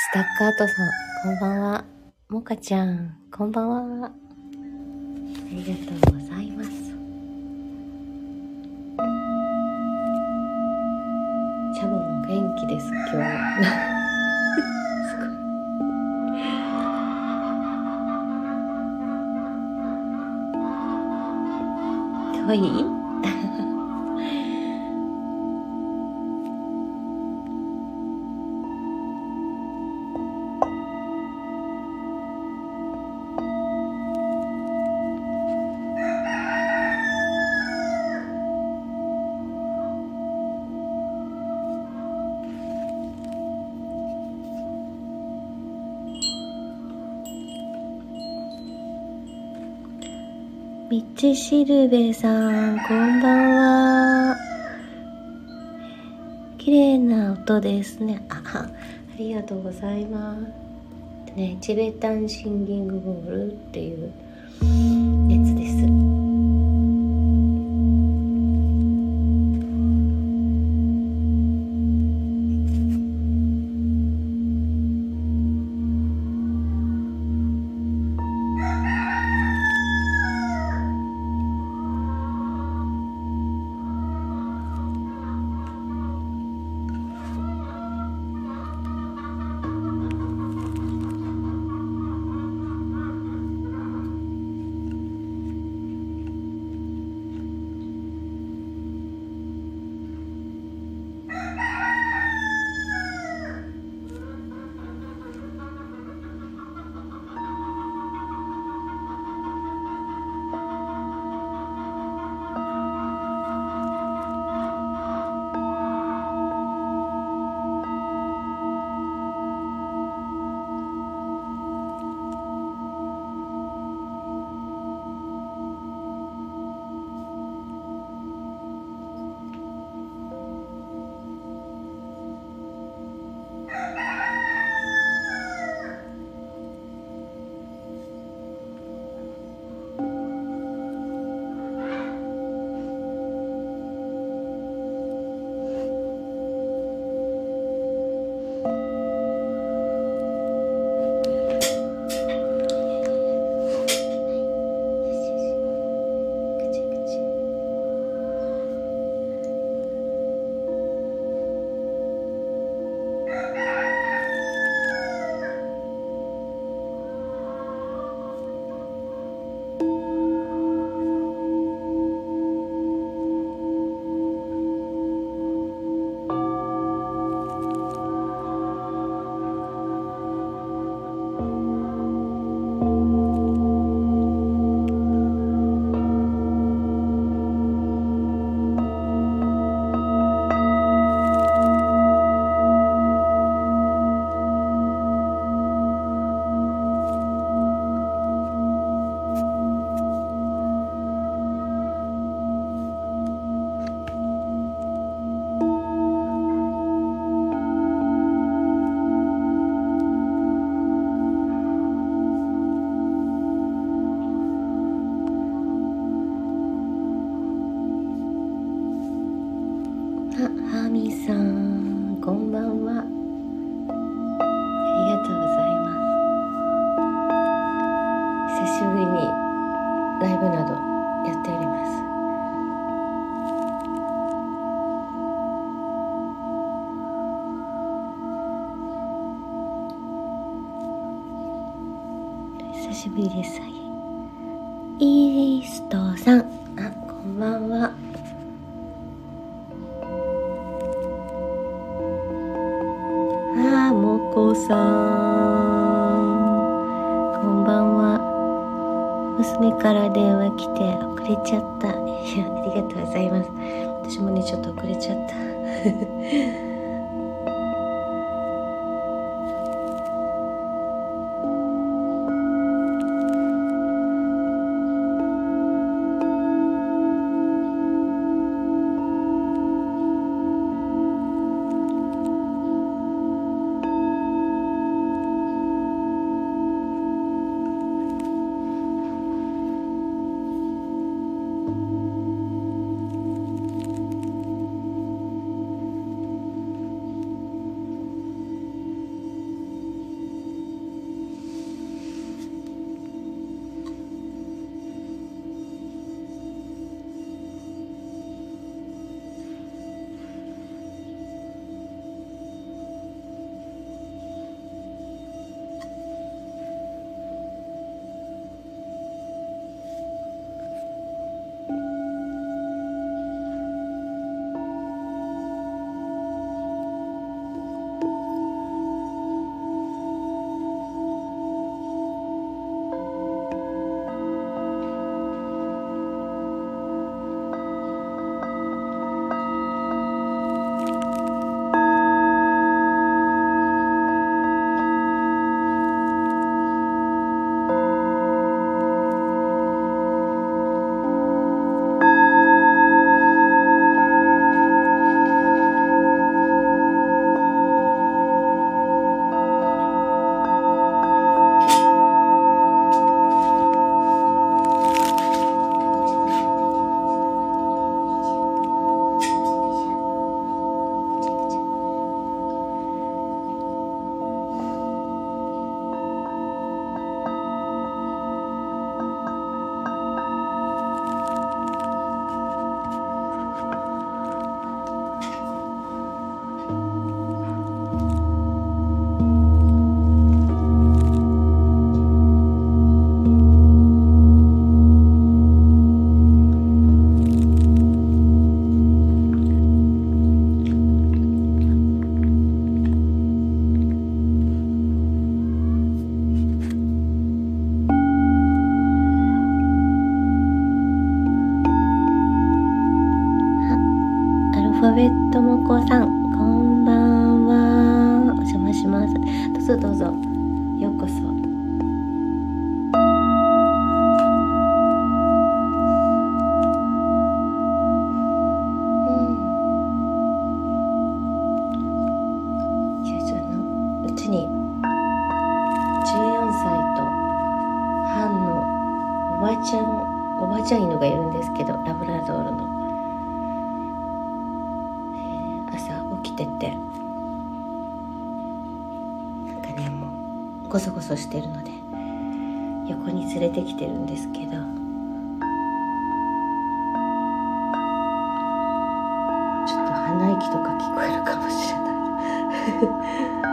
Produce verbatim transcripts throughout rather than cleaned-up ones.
スタッカートさん、こんばんは。もかちゃん、こんばんは。ありがとうございます。チャボも元気です、今日は。すごい。かわいいみちしるべさん、こんばんは。綺麗な音ですね。あ、ありがとうございます。ね、チベタンシンギングボールっていうやつです。あ、ハーミーさん、こんばんは。ありがとうございます。久しぶりにライブなどやっております。久しぶりです。イーストさん、あ、こんばんは。あ、もこさん、こんばんは。娘から電話来て遅れちゃった。いや、ありがとうございます。私もね、ちょっと遅れちゃった。 うぞようこそ。おばちゃんおばちゃん犬がいるんですけど、ラブラドールの、えー、朝起きててなんかねもうゴソゴソしてるので横に連れてきてるんですけど、ちょっと鼻息とか聞こえるかもしれない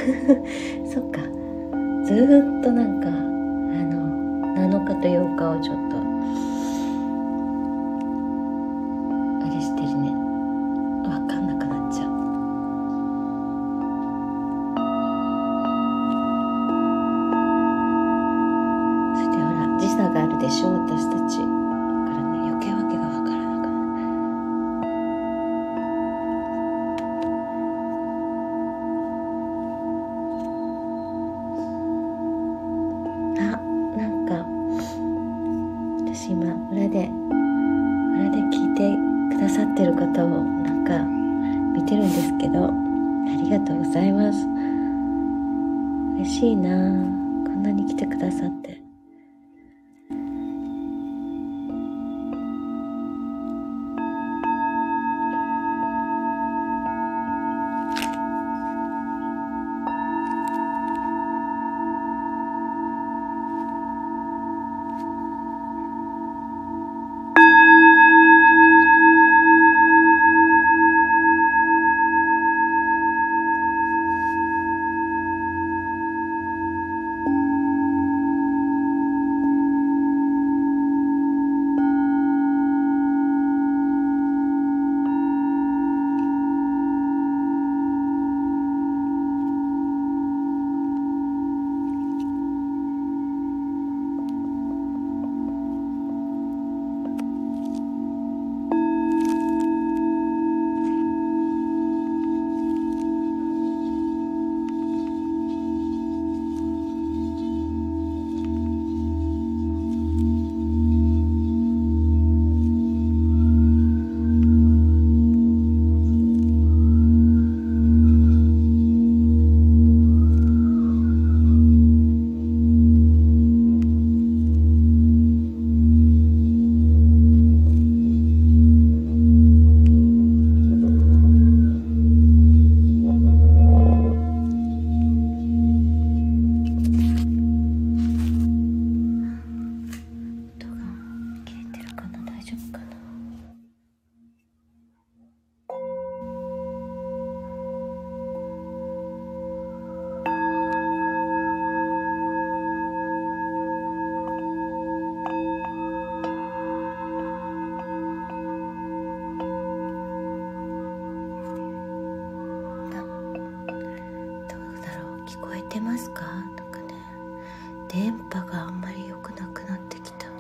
そっか、ずーっとなんかあのなのかとようかをちょっとあれしてるね。わかんなくなっちゃう。そしてほら時差があるでしょ、私たち。だからね、余計わけがわからなくなる。あ、なんか私今裏で裏で聞いてくださってる方をなんか見てるんですけど、ありがとうございます。嬉しいな、こんなに来てくださって。てますか？なんかね、電波があんまり良くなくなってきた。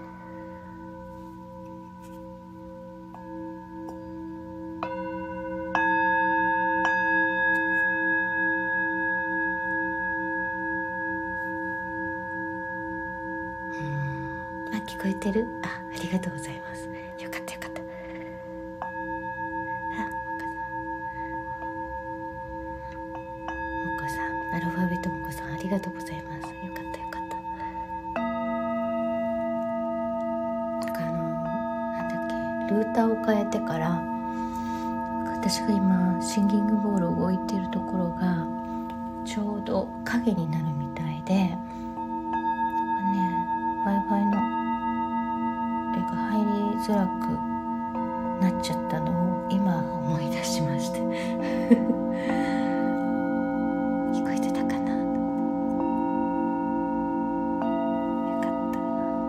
うん、あ、聞こえてる？あ、ありがとうございます。よかったよかった。もこさん、アルファベットもこさん、ありがとうございます。よかったよかった。なんかあのなんだっけ、ルーターを変えてから、私が今シンギングボールを置いてるところがちょうど影になるみたいで、ね、Wi-Fi の絵が入りづらくなっちゃったのを今思い出しました。聞こえてたかな？よかった。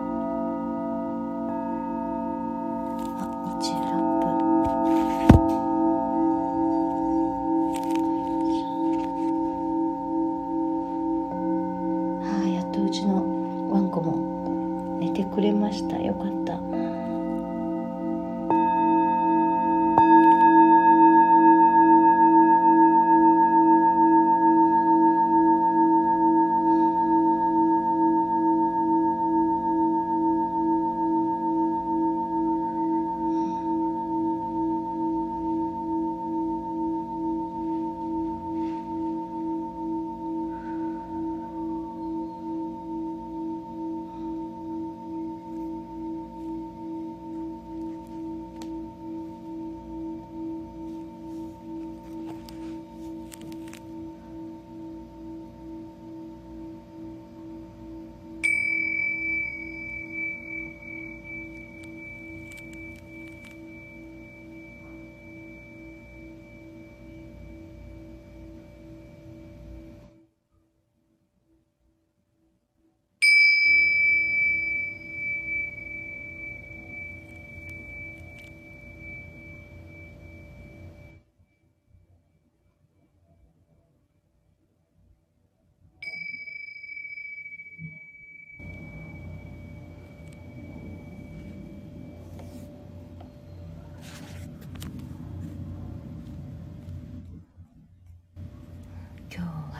あ、日中ラップ。ああ、やっとうちのワンコも寝てくれました。よかった。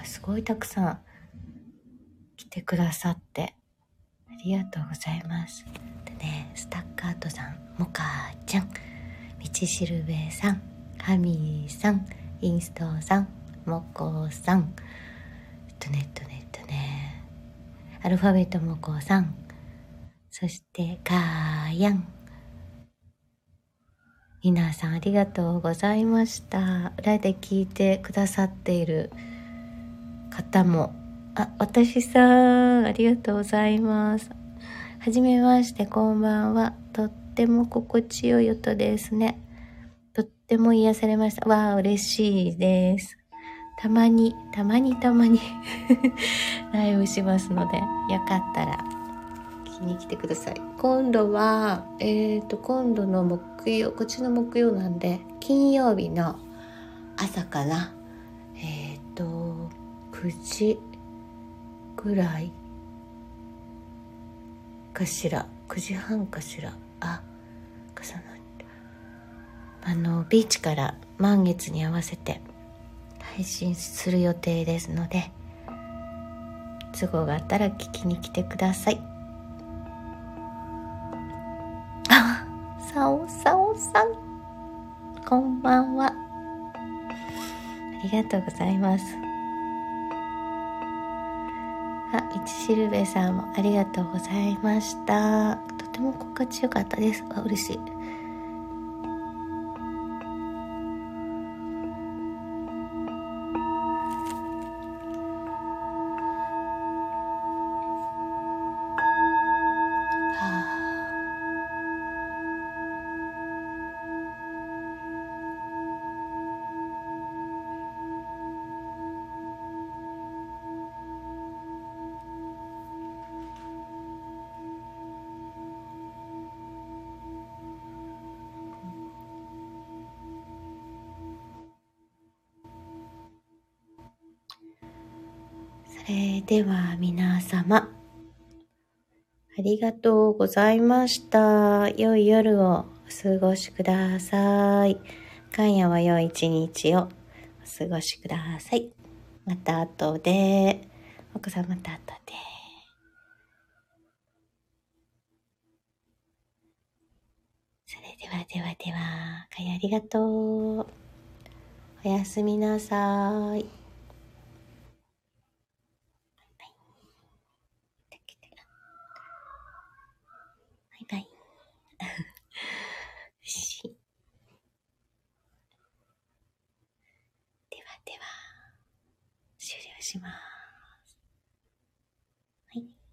すごいたくさん来てくださってありがとうございます。でね、スタッカートさん、モカちゃん、道しるべさん、ハミーさん、インストさん、モコさん、えっとねえっとねえっとねアルファベットモコさん、そしてカーヤン、皆さんありがとうございました。裏で聞いてくださっている方も、あ、私さんありがとうございます。はじめまして、こんばんは。とっても心地よい音ですね。とっても癒されました。わあ、嬉しいです。たまにたまにたまにライブしますので、よかったら聞きに来てください。今度はえっと今度の木曜、こっちの木曜なんで金曜日の朝かな、えっとくじぐらいかしら、くじはんかしら、あ、重なあのビーチから満月に合わせて配信する予定ですので、都合があったら聞きに来てください。あ、さおさおさん、こんばんは。ありがとうございます。あ、道しるべさんもありがとうございました。とても心地よかったです。あ、嬉しい。それでは皆様、ありがとうございました。良い夜をお過ごしください。今夜は良い一日をお過ごしください。また後で。奥さんまた後で。それではではでは、かやありがとう。おやすみなさい。バイバイ。ではでは、終了します。はい。